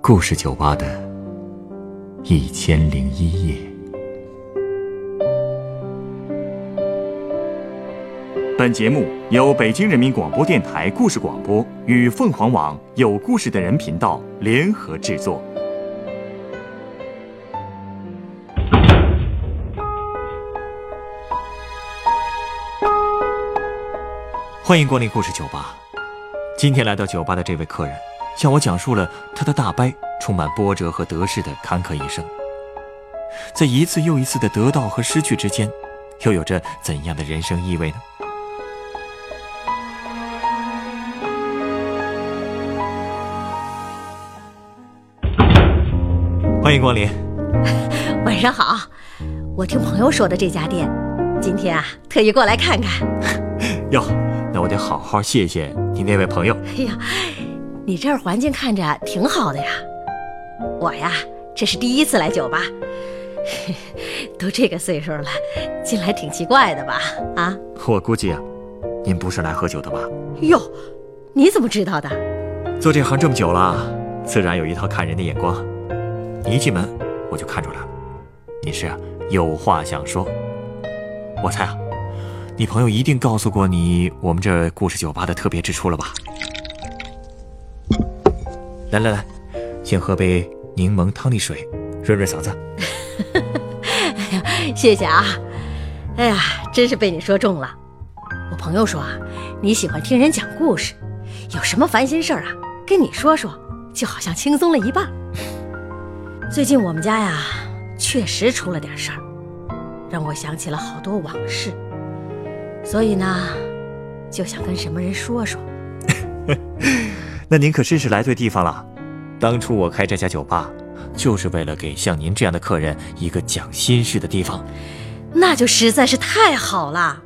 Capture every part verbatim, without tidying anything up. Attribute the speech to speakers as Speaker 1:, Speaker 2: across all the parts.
Speaker 1: 故事酒吧的一千零一夜。本节目由北京人民广播电台故事广播与凤凰网有故事的人频道联合制作。欢迎光临故事酒吧。今天来到酒吧的这位客人向我讲述了他的大伯充满波折和得失的坎坷一生，在一次又一次的得到和失去之间，又有着怎样的人生意味呢？欢迎光临。
Speaker 2: 晚上好，我听朋友说的这家店，今天啊特意过来看看。
Speaker 1: 哟，那我得好好谢谢你那位朋友。
Speaker 2: 哎呀，你这儿环境看着挺好的呀。我呀，这是第一次来酒吧，都这个岁数了，进来挺奇怪的吧？啊？
Speaker 1: 我估计啊，您不是来喝酒的吧？
Speaker 2: 哟，你怎么知道的？
Speaker 1: 做这行这么久了，自然有一套看人的眼光。你一进门我就看出来了，你是啊有话想说。我猜啊，你朋友一定告诉过你我们这故事酒吧的特别之处了吧？来来来，先喝杯柠檬汤力水，润润嗓子。
Speaker 2: 哎呀，谢谢啊。哎呀，真是被你说中了。我朋友说啊，你喜欢听人讲故事，有什么烦心事儿啊，跟你说说，就好像轻松了一半。最近我们家呀，确实出了点事儿，让我想起了好多往事，所以呢，就想跟什么人说说。
Speaker 1: 那您可真是来对地方了。当初我开这家酒吧，就是为了给像您这样的客人一个讲心事的地方。
Speaker 2: 那就实在是太好了。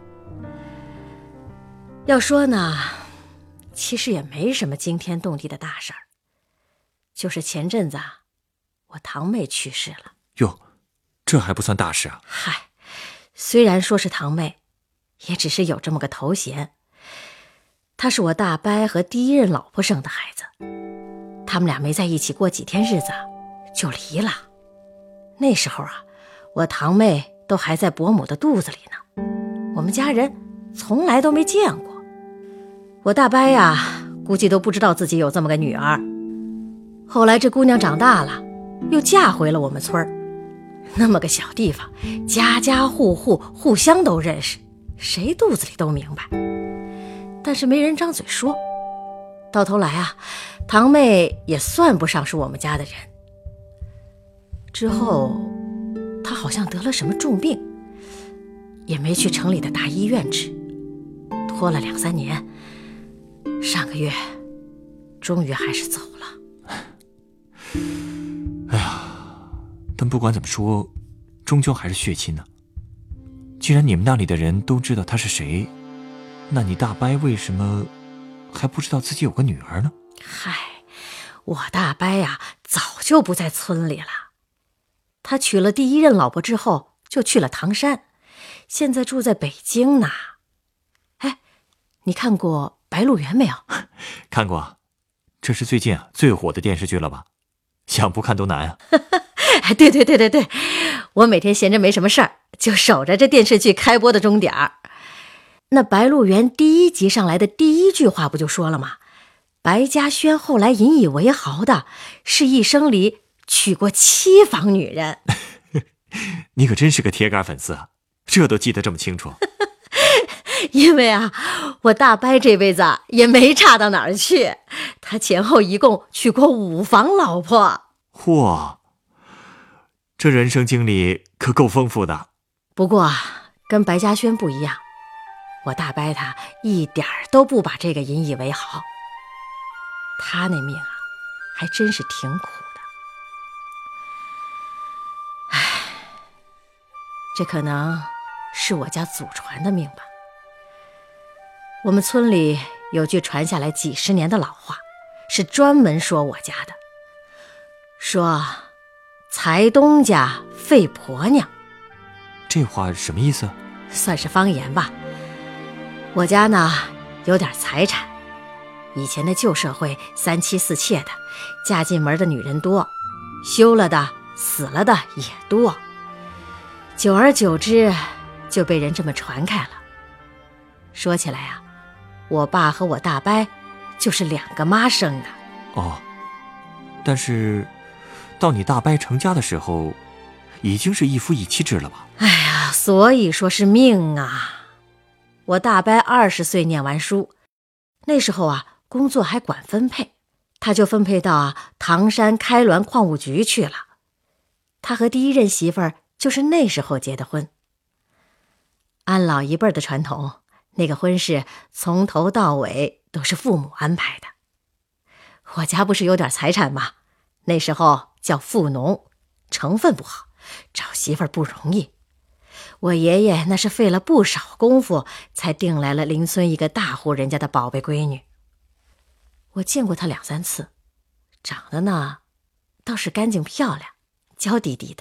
Speaker 2: 要说呢，其实也没什么惊天动地的大事儿，就是前阵子啊，我堂妹去世了。
Speaker 1: 哟，这还不算大事啊。
Speaker 2: 嗨，虽然说是堂妹，也只是有这么个头衔。她是我大伯和第一任老婆生的孩子，他们俩没在一起过几天日子就离了。那时候啊，我堂妹都还在伯母的肚子里呢，我们家人从来都没见过。我大伯呀，估计都不知道自己有这么个女儿。后来这姑娘长大了，又嫁回了我们村儿。那么个小地方，家家户户互相都认识，谁肚子里都明白，但是没人张嘴说。到头来啊，堂妹也算不上是我们家的人。之后她好像得了什么重病，也没去城里的大医院治，拖了两三年，上个月终于还是走了。
Speaker 1: 哎呀，但不管怎么说，终究还是血亲呢。既然你们那里的人都知道他是谁，那你大伯为什么还不知道自己有个女儿呢？
Speaker 2: 嗨，我大伯呀，早就不在村里了。他娶了第一任老婆之后，就去了唐山，现在住在北京呢。哎，你看过《白鹿原》没有？
Speaker 1: 看过，这是最近啊最火的电视剧了吧？想不看都难啊。
Speaker 2: 对对对对对，我每天闲着没什么事儿，就守着这电视剧开播的钟点儿。那《白鹿原》第一集上来的第一句话不就说了吗？白嘉轩后来引以为豪的是一生里娶过七房女人。
Speaker 1: 你可真是个铁杆粉丝啊，这都记得这么清楚。
Speaker 2: 因为啊，我大伯这辈子也没差到哪儿去，他前后一共娶过五房老婆。
Speaker 1: 嚯，这人生经历可够丰富的。
Speaker 2: 不过跟白嘉轩不一样，我大伯他一点都不把这个引以为豪。他那命啊，还真是挺苦的。唉，这可能是我家祖传的命吧。我们村里有句传下来几十年的老话，是专门说我家的，说财东家废婆娘。
Speaker 1: 这话什么意思？
Speaker 2: 算是方言吧。我家呢有点财产， 以前的旧社会三妻四妾的，嫁进门的女人多，休了的死了的也多，久而久之就被人这么传开了。说起来啊，我爸和我大伯就是两个妈生的。
Speaker 1: 哦，但是到你大伯成家的时候，已经是一夫一妻制了吧？
Speaker 2: 哎呀，所以说是命啊。我大伯二十岁念完书，那时候啊，工作还管分配，他就分配到啊唐山开滦矿务局去了。他和第一任媳妇儿就是那时候结的婚。按老一辈的传统，那个婚事从头到尾都是父母安排的。我家不是有点财产吗？那时候叫富农，成分不好，找媳妇儿不容易。我爷爷那是费了不少功夫，才定来了邻村一个大户人家的宝贝闺女。我见过她两三次，长得呢，倒是干净漂亮，娇滴滴的。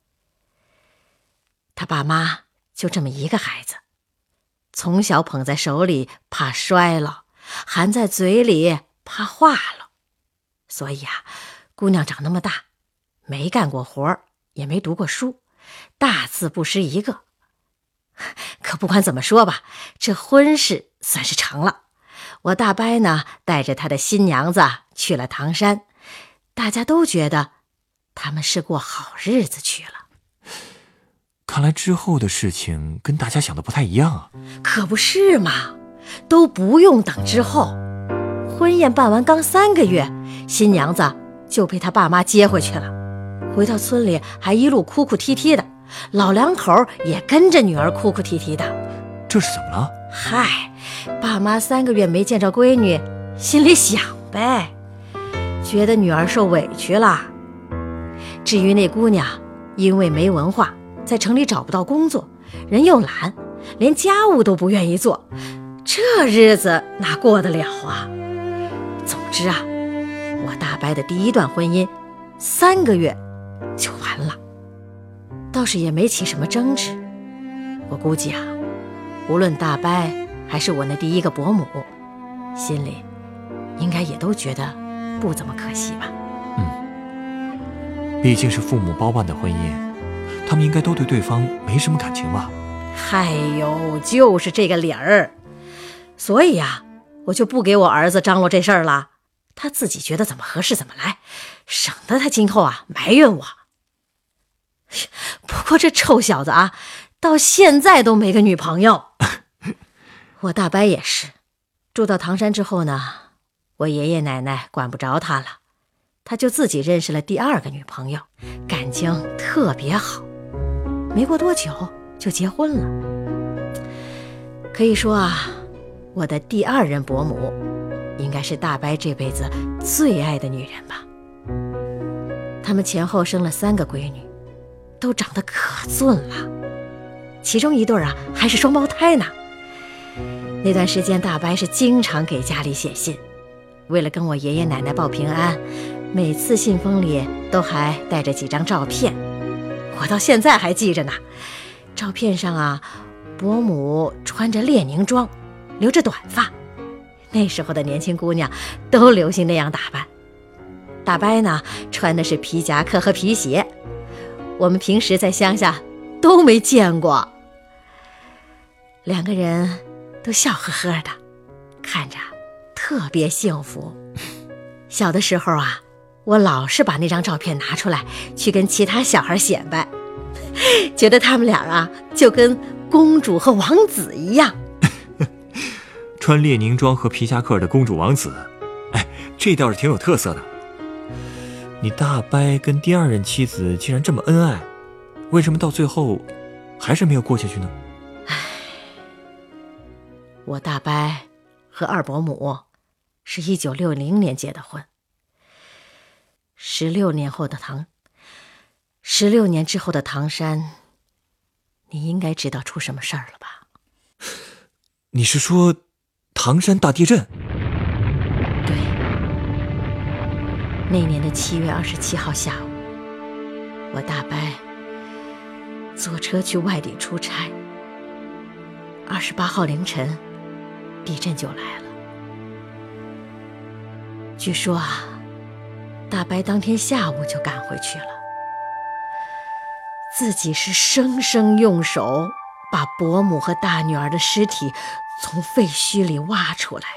Speaker 2: 她爸妈就这么一个孩子，从小捧在手里怕摔了，含在嘴里怕化了。所以啊，姑娘长那么大，没干过活，也没读过书，大字不识一个。可不管怎么说吧，这婚事算是成了。我大伯呢，带着他的新娘子去了唐山，大家都觉得他们是过好日子去了。
Speaker 1: 看来之后的事情跟大家想的不太一样啊。
Speaker 2: 可不是嘛，都不用等之后，婚宴办完刚三个月，新娘子就被他爸妈接回去了，回到村里还一路哭哭啼啼的，老两口也跟着女儿哭哭啼啼的。
Speaker 1: 这是怎么了？
Speaker 2: 嗨，爸妈三个月没见着闺女，心里想呗，觉得女儿受委屈了。至于那姑娘，因为没文化，在城里找不到工作，人又懒，连家务都不愿意做，这日子哪过得了啊？总之啊，我大伯的第一段婚姻三个月就完了，倒是也没起什么争执。我估计啊，无论大伯还是我那第一个伯母，心里应该也都觉得不怎么可惜吧。
Speaker 1: 嗯，毕竟是父母包办的婚姻，他们应该都对对方没什么感情吧？
Speaker 2: 嗨呦，就是这个理儿。所以呀、啊，我就不给我儿子张罗这事儿了，他自己觉得怎么合适怎么来，省得他今后啊埋怨我。不过这臭小子啊，到现在都没个女朋友。我大伯也是，住到唐山之后呢，我爷爷奶奶管不着他了，他就自己认识了第二个女朋友，感情特别好，没过多久就结婚了。可以说啊，我的第二任伯母应该是大伯这辈子最爱的女人吧。他们前后生了三个闺女，都长得可俊了，其中一对啊还是双胞胎呢。那段时间大伯是经常给家里写信，为了跟我爷爷奶奶报平安，每次信封里都还带着几张照片，我到现在还记着呢。照片上啊，伯母穿着列宁装，留着短发，那时候的年轻姑娘都流行那样打扮。大伯呢，穿的是皮夹克和皮鞋，我们平时在乡下都没见过。两个人都笑呵呵的，看着特别幸福。小的时候啊，我老是把那张照片拿出来去跟其他小孩显摆，觉得他们俩啊就跟公主和王子一样。
Speaker 1: 穿列宁装和皮夹克的公主王子，哎，这倒是挺有特色的。你大伯跟第二任妻子竟然这么恩爱，为什么到最后还是没有过下去呢？
Speaker 2: 唉，我大伯和二伯母是一九六零年结的婚，十六年后的唐，十六年之后的唐山，你应该知道出什么事儿了吧？
Speaker 1: 你是说唐山大地震？
Speaker 2: 对，那年的七月二十七号下午，我大伯坐车去外地出差，二十八号凌晨，地震就来了。 据说啊，大伯当天下午就赶回去了，自己是生生用手把伯母和大女儿的尸体从废墟里挖出来的。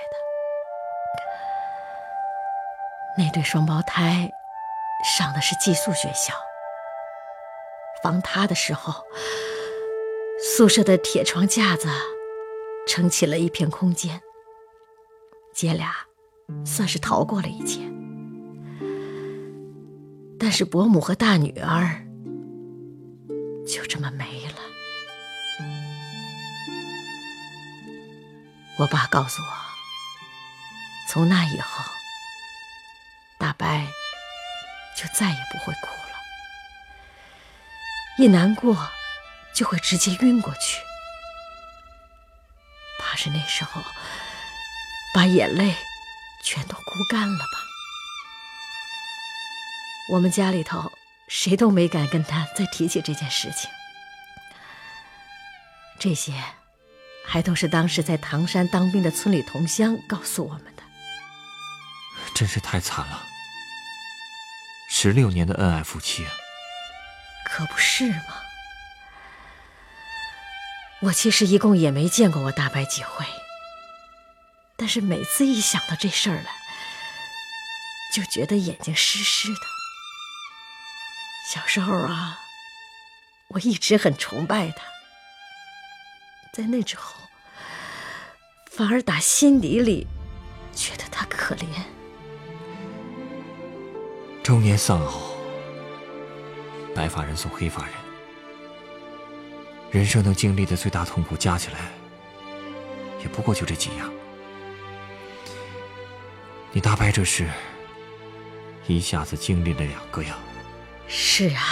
Speaker 2: 那对双胞胎上的是寄宿学校，防塌的时候，宿舍的铁床架子撑起了一片空间，姐俩算是逃过了一劫。但是伯母和大女儿就这么没了。我爸告诉我，从那以后，大伯就再也不会哭了，一难过就会直接晕过去，怕是那时候把眼泪全都哭干了吧。我们家里头谁都没敢跟他再提起这件事情，这些还都是当时在唐山当兵的村里同乡告诉我们的。
Speaker 1: 真是太惨了，十六年的恩爱夫妻啊！
Speaker 2: 可不是嘛，我其实一共也没见过我大伯几回，但是每次一想到这事儿来，就觉得眼睛湿湿的。小时候啊，我一直很崇拜他，在那之后，反而打心底里觉得他可怜。
Speaker 1: 中年丧偶，白发人送黑发人，人生能经历的最大痛苦加起来，也不过就这几样。你大伯这事，一下子经历了两个呀。
Speaker 2: 是啊，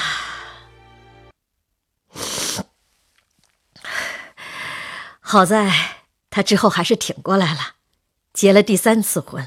Speaker 2: 好在他之后还是挺过来了，结了第三次婚。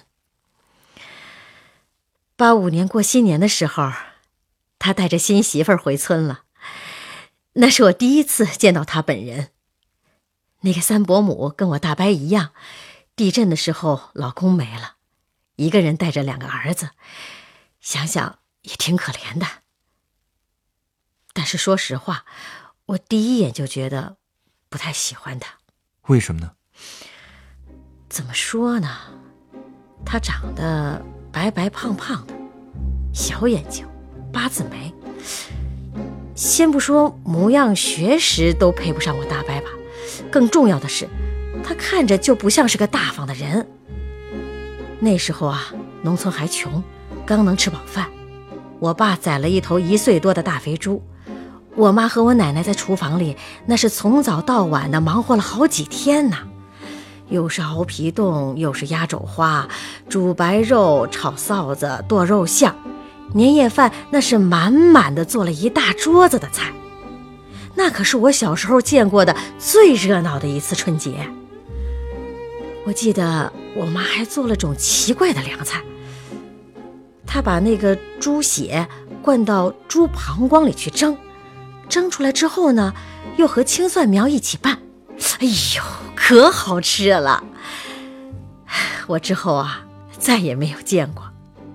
Speaker 2: 八五年过新年的时候，他带着新媳妇儿回村了，那是我第一次见到他本人。那个三伯母跟我大伯一样，地震的时候老公没了，一个人带着两个儿子，想想也挺可怜的。但是说实话，我第一眼就觉得不太喜欢他。
Speaker 1: 为什么呢？
Speaker 2: 怎么说呢，他长得白白胖胖的，小眼睛，八字眉，先不说模样学识都配不上我大伯吧，更重要的是他看着就不像是个大方的人。那时候啊，农村还穷，刚能吃饱饭，我爸宰了一头一岁多的大肥猪，我妈和我奶奶在厨房里那是从早到晚的忙活了好几天呢，又是熬皮冻，又是压肘花，煮白肉，炒臊子，剁肉馅，年夜饭那是满满的做了一大桌子的菜，那可是我小时候见过的最热闹的一次春节。我记得我妈还做了种奇怪的凉菜，她把那个猪血灌到猪膀胱里去蒸，蒸出来之后呢，又和青蒜苗一起拌，哎呦，可好吃了。我之后啊，再也没有见过。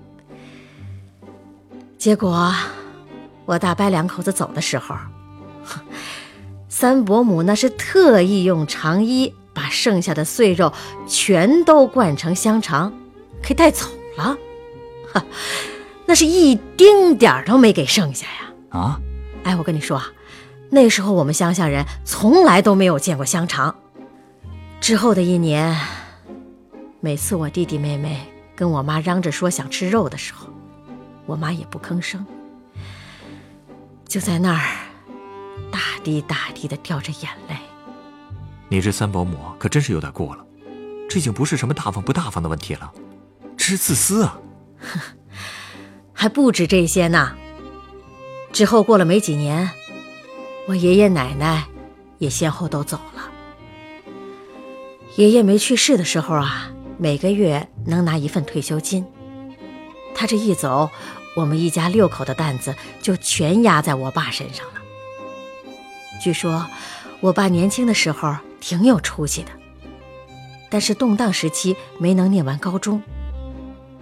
Speaker 2: 结果我大伯两口子走的时候，三伯母那是特意用长衣把剩下的碎肉全都灌成香肠给带走了，那是一丁点儿都没给剩下呀。
Speaker 1: 啊？
Speaker 2: 哎，我跟你说啊，那时候我们乡下人从来都没有见过香肠。之后的一年，每次我弟弟妹妹跟我妈嚷着说想吃肉的时候，我妈也不吭声，就在那儿大滴大滴地掉着眼泪。
Speaker 1: 你这三伯母可真是有点过了，这已经不是什么大方不大方的问题了，这是自私啊。
Speaker 2: 还不止这些呢。之后过了没几年，我爷爷奶奶也先后都走了。爷爷没去世的时候啊，每个月能拿一份退休金，他这一走，我们一家六口的担子就全压在我爸身上了。据说我爸年轻的时候挺有出息的，但是动荡时期没能念完高中，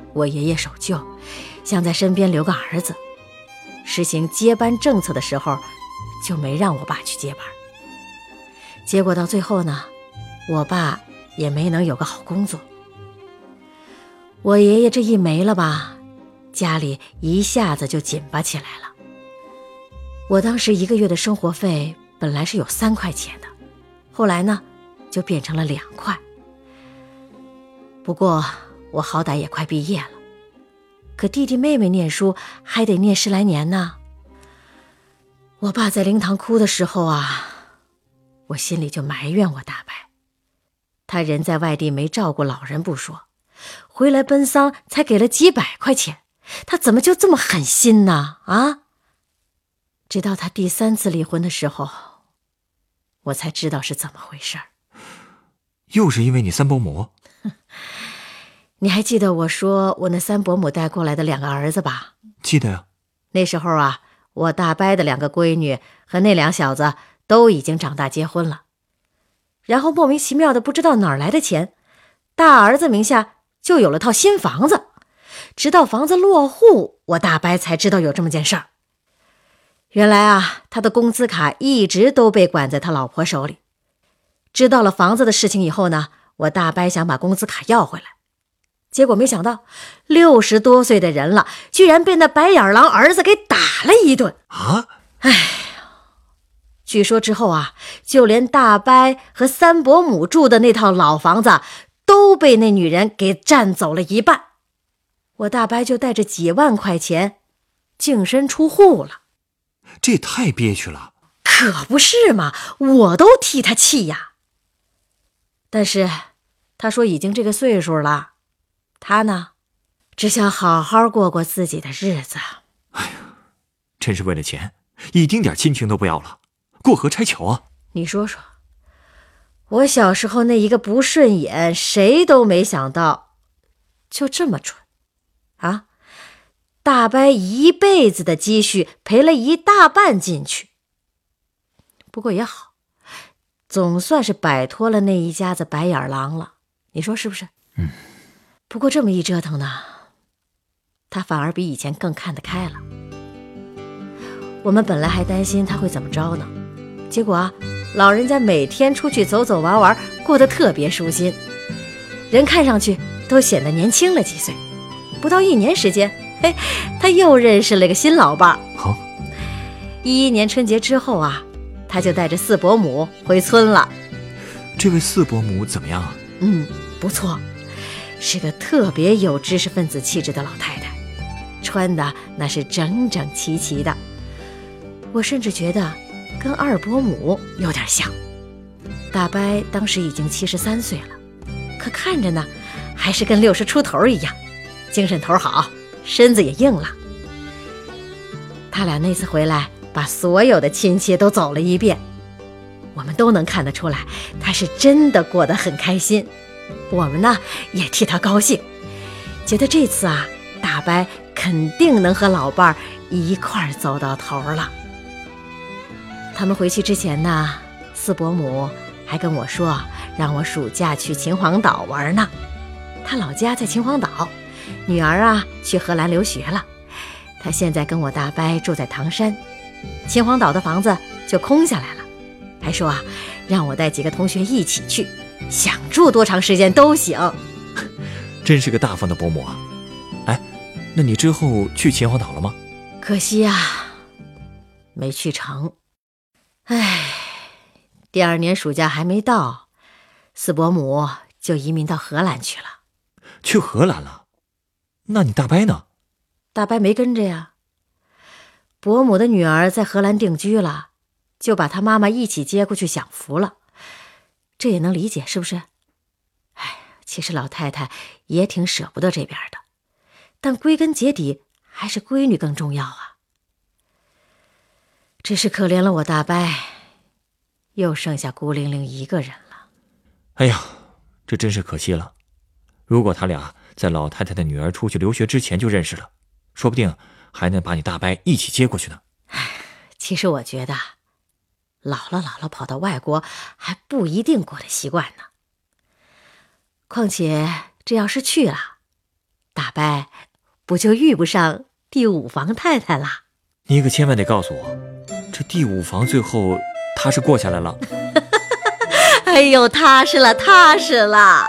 Speaker 2: 我爷爷守旧，想在身边留个儿子，实行接班政策的时候，就没让我爸去接班。结果到最后呢，我爸也没能有个好工作。我爷爷这一没了吧，家里一下子就紧巴起来了。我当时一个月的生活费本来是有三块钱的，后来呢就变成了两块。不过我好歹也快毕业了，可弟弟妹妹念书还得念十来年呢。我爸在灵堂哭的时候啊，我心里就埋怨我大伯，他人在外地没照顾老人不说，回来奔丧才给了几百块钱，他怎么就这么狠心呢？啊！直到他第三次离婚的时候，我才知道是怎么回事儿。
Speaker 1: 又是因为你三伯母？
Speaker 2: 你还记得我说我那三伯母带过来的两个儿子吧？
Speaker 1: 记得呀。
Speaker 2: 那时候啊，我大伯的两个闺女和那两小子都已经长大结婚了，然后莫名其妙的不知道哪儿来的钱，大儿子名下就有了套新房子，直到房子落户，我大伯才知道有这么件事儿。原来啊，他的工资卡一直都被管在他老婆手里。知道了房子的事情以后呢，我大伯想把工资卡要回来，结果没想到六十多岁的人了，居然被那白眼狼儿子给打了一顿
Speaker 1: 啊！
Speaker 2: 哎呀，据说之后啊，就连大伯和三伯母住的那套老房子都被那女人给占走了一半。我大伯就带着几万块钱净身出户了。
Speaker 1: 这也太憋屈了。
Speaker 2: 可不是嘛，我都替他气呀。但是他说已经这个岁数了，他呢只想好好过过自己的日子。
Speaker 1: 哎呀，真是为了钱一丁点亲情都不要了，过河拆桥啊。
Speaker 2: 你说说，我小时候那一个不顺眼，谁都没想到就这么蠢啊！大伯一辈子的积蓄赔了一大半进去。不过也好，总算是摆脱了那一家子白眼狼了，你说是不是？
Speaker 1: 嗯。
Speaker 2: 不过这么一折腾呢，他反而比以前更看得开了。我们本来还担心他会怎么着呢，结果啊，老人家每天出去走走玩玩，过得特别舒心，人看上去都显得年轻了几岁。不到一年时间，嘿，他又认识了个新老伴儿。
Speaker 1: 好，
Speaker 2: 一一年春节之后啊，他就带着四伯母回村了。
Speaker 1: 这位四伯母怎么样啊？
Speaker 2: 嗯，不错，是个特别有知识分子气质的老太太，穿的那是整整齐齐的，我甚至觉得跟二伯母有点像。大伯当时已经七十三岁了，可看着呢还是跟六十出头一样，精神头好，身子也硬朗。他俩那次回来把所有的亲戚都走了一遍，我们都能看得出来他是真的过得很开心。我们呢也替他高兴，觉得这次啊，大伯肯定能和老伴儿一块儿走到头了。他们回去之前呢，四伯母还跟我说让我暑假去秦皇岛玩呢。他老家在秦皇岛，女儿啊去荷兰留学了，他现在跟我大伯住在唐山，秦皇岛的房子就空下来了，还说啊让我带几个同学一起去，想住多长时间都行。
Speaker 1: 真是个大方的伯母啊。哎，那你之后去秦皇岛了吗？
Speaker 2: 可惜啊，没去成。哎，第二年暑假还没到，四伯母就移民到荷兰去了。
Speaker 1: 去荷兰了？那你大伯呢？
Speaker 2: 大伯没跟着呀。伯母的女儿在荷兰定居了，就把她妈妈一起接过去享福了。这也能理解，是不是？哎，其实老太太也挺舍不得这边的，但归根结底还是闺女更重要啊。只是可怜了我大伯，又剩下孤零零一个人了。
Speaker 1: 哎呀，这真是可惜了。如果他俩在老太太的女儿出去留学之前就认识了，说不定还能把你大伯一起接过去呢。
Speaker 2: 其实我觉得姥姥姥姥跑到外国还不一定过得习惯呢。况且这要是去了， 大伯不就遇不上第五房太太啦？
Speaker 1: 你可千万得告诉我，这第五房最后他是过下来了。
Speaker 2: 哎呦，踏实了，踏实了。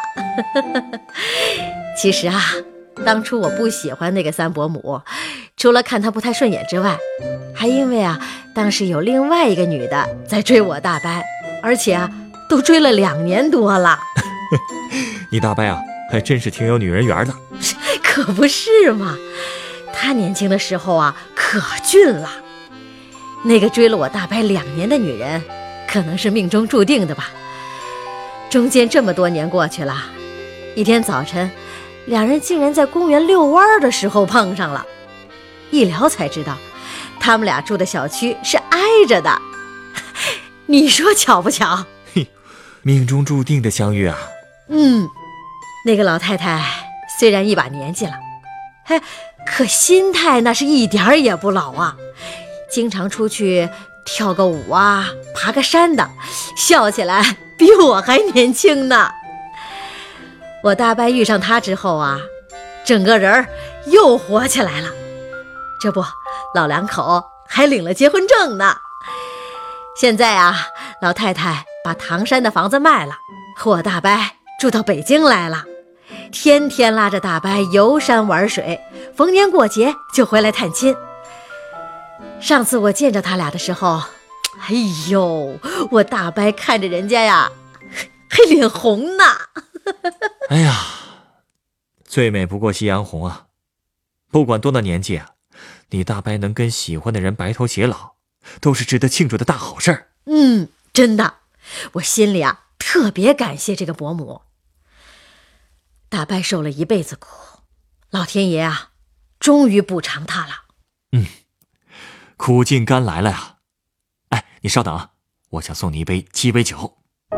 Speaker 2: 其实啊，当初我不喜欢那个三伯母，除了看她不太顺眼之外，还因为啊，当时有另外一个女的在追我大伯，而且啊，都追了两年多了。
Speaker 1: 你大伯啊，还真是挺有女人缘的。
Speaker 2: 可不是嘛，他年轻的时候啊，可俊了。那个追了我大伯两年的女人，可能是命中注定的吧。中间这么多年过去了，一天早晨，两人竟然在公园遛弯的时候碰上了。一聊才知道，他们俩住的小区是挨着的。你说巧不巧？
Speaker 1: 嘿，命中注定的相遇啊。
Speaker 2: 嗯，那个老太太虽然一把年纪了，嘿，可心态那是一点儿也不老啊。经常出去跳个舞啊，爬个山的，笑起来比我还年轻呢。我大伯遇上她之后啊，整个人又活起来了。这不，老两口还领了结婚证呢。现在啊，老太太把唐山的房子卖了，我大伯住到北京来了，天天拉着大伯游山玩水，逢年过节就回来探亲。上次我见着他俩的时候，哎呦，我大伯看着人家呀，还脸红呢。
Speaker 1: 哎呀，最美不过夕阳红啊！不管多大年纪啊，你大伯能跟喜欢的人白头偕老，都是值得庆祝的大好事儿。
Speaker 2: 嗯，真的，我心里啊特别感谢这个伯母。大伯受了一辈子苦，老天爷啊，终于补偿他了。
Speaker 1: 嗯，苦尽甘来了呀！哎，你稍等啊，我想送你一杯鸡尾酒。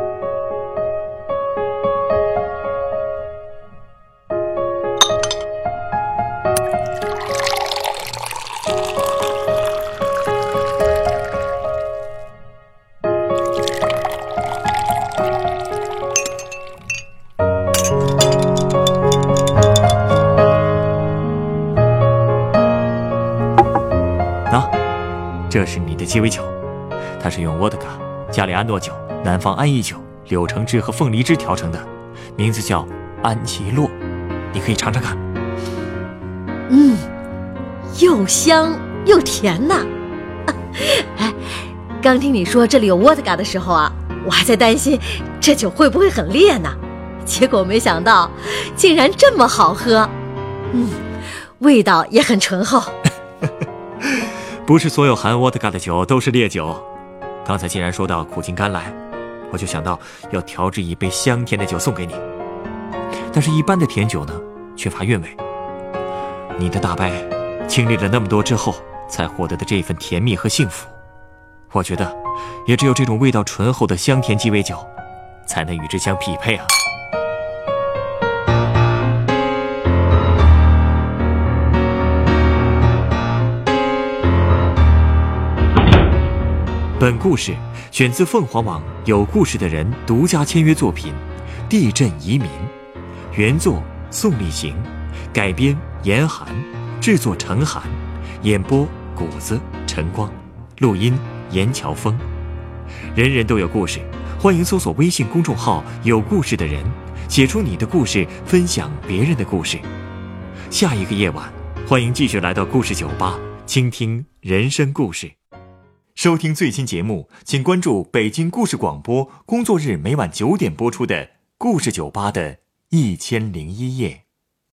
Speaker 1: 这是你的鸡尾酒，它是用沃德嘎、加利安诺酒、南方安逸酒、柳橙汁和凤梨汁调成的，名字叫安琪洛，你可以尝尝看。
Speaker 2: 嗯，又香又甜呐、啊！哎，刚听你说这里有沃德嘎的时候啊，我还在担心这酒会不会很烈呢，结果没想到竟然这么好喝。嗯，味道也很醇厚。
Speaker 1: 不是所有含沃德嘎的酒都是烈酒。刚才既然说到苦尽甘来，我就想到要调制一杯香甜的酒送给你。但是一般的甜酒呢，缺乏韵味。你的大伯经历了那么多之后才获得的这份甜蜜和幸福，我觉得也只有这种味道醇厚的香甜鸡尾酒才能与之相匹配啊。本故事选自凤凰网有故事的人独家签约作品《地震移民》，原作宋立行，改编严寒，制作程寒，演播谷子、晨光，录音严乔峰。人人都有故事，欢迎搜索微信公众号有故事的人，写出你的故事，分享别人的故事。下一个夜晚，欢迎继续来到故事酒吧，倾听人生故事。收听最新节目，请关注北京故事广播，工作日每晚九点播出的故事酒吧的一千零一夜。